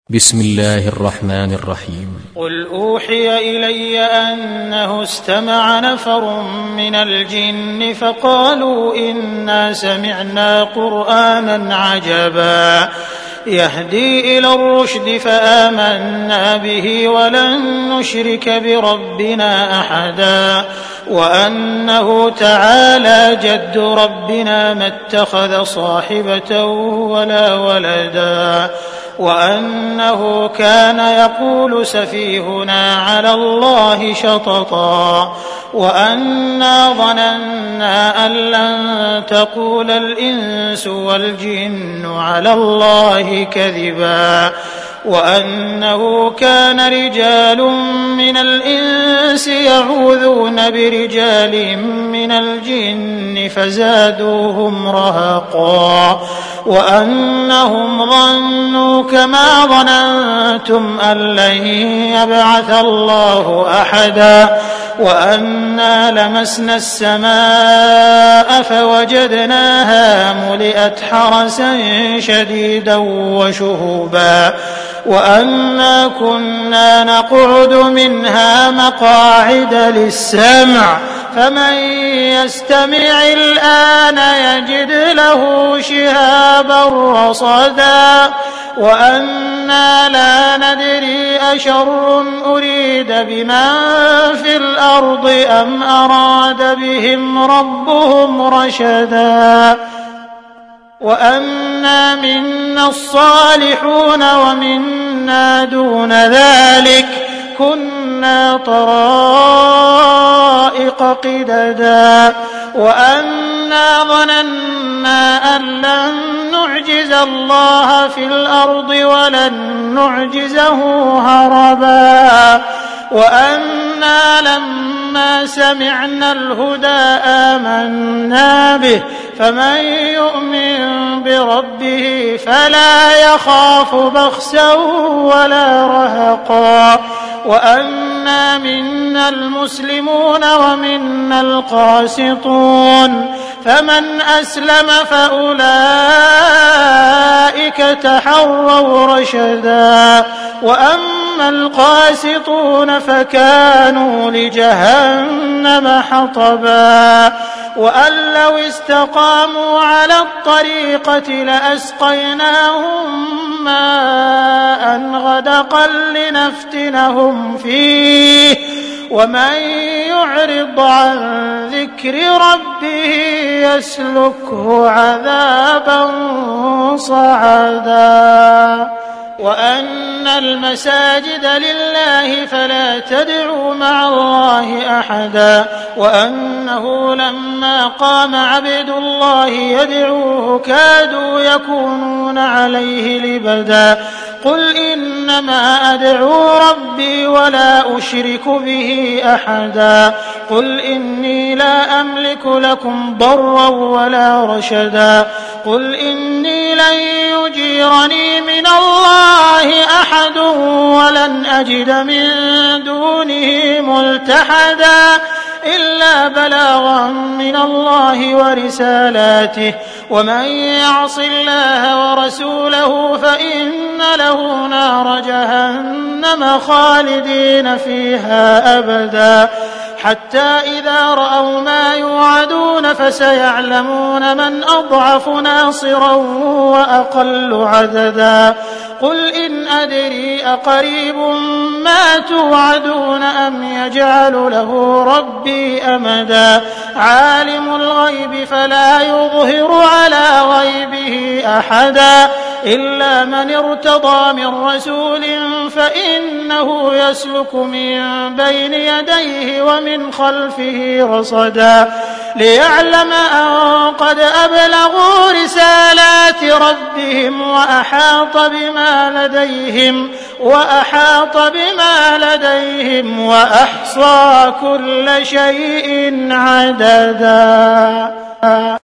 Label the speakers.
Speaker 1: بسم الله الرحمن الرحيم.
Speaker 2: قل أوحي إلي أنه استمع نفر من الجن فقالوا إنا سمعنا قرآنا عجبا يهدي إلى الرشد فآمنا به ولن نشرك بربنا أحدا وأنه تعالى جد ربنا ما اتخذ صاحبة ولا ولدا وأنه كان يقول سفيهنا على الله شططا وأنا ظننا أن لن تقول الإنس والجن على الله كذبا وأنه كان رجال من الإنس يعوذون برجال من الجن فزادوهم رهقا وأنهم ظنوا كما ظننتم أن لن يبعث الله أحدا وأنا لمسنا السماء فوجدناها ملئت حرسا شديدا وشهبا وأنا كنا نقعد منها مقاعد للسمع فمن يستمع الآن يجد له شهابا رصدا وأنا لا ندري أشر أريد بمن في الأرض أم أراد بهم ربهم رشدا وأنا منا الصالحون ومنا دون ذلك كنا طرائق قددا وأنا ظننا أن لن نعجز الله في الأرض ولن نعجزه هربا وأنا لما سمعنا الهدى آمنا به فمن يؤمن بربه فلا يخاف بخسا ولا رهقا وأنا منا المسلمون ومنا القاسطون فمن أسلم فأولئك تحروا رشدا وأما القاسطون فكانوا لجهنم حطبا وأن لو استقاموا على الطريقة لأسقيناهم ماء غدقا لنفتنهم فيه ومن يعرض عن ذكر ربه يسلكه عذابا صعدا وأن المساجد لله فلا تدعوا مع الله أحدا وأنه لما قام عبد الله يدعوه كادوا يكونون عليه لبدا قل إنما أدعو ربي ولا أشرك به أحدا قل إني لا أملك لكم ضرا ولا رشدا قل إني لن يجيرني من الله أحد ولن أجد من دونه ملتحدا إلا بلاغا من الله ورسالاته ومن يعص الله ورسوله فإن له نار جهنم خالدين فيها أبدا حتى إذا رأوا ما يوعدون فسيعلمون من أضعف ناصرا وأقل عددا قل إن أدري أقريب ما توعدون أم يجعل له ربي أمدا عالم الغيب فلا يظهر على غيبه أحدا إلا من ارتضى من رسول فإنه يسلك من بين يديه ومن خلفه رصدا ليعلم أن قد أبلغوا رسالات ربهم وأحاط بما لديهم وأحصى كل شيء عددا.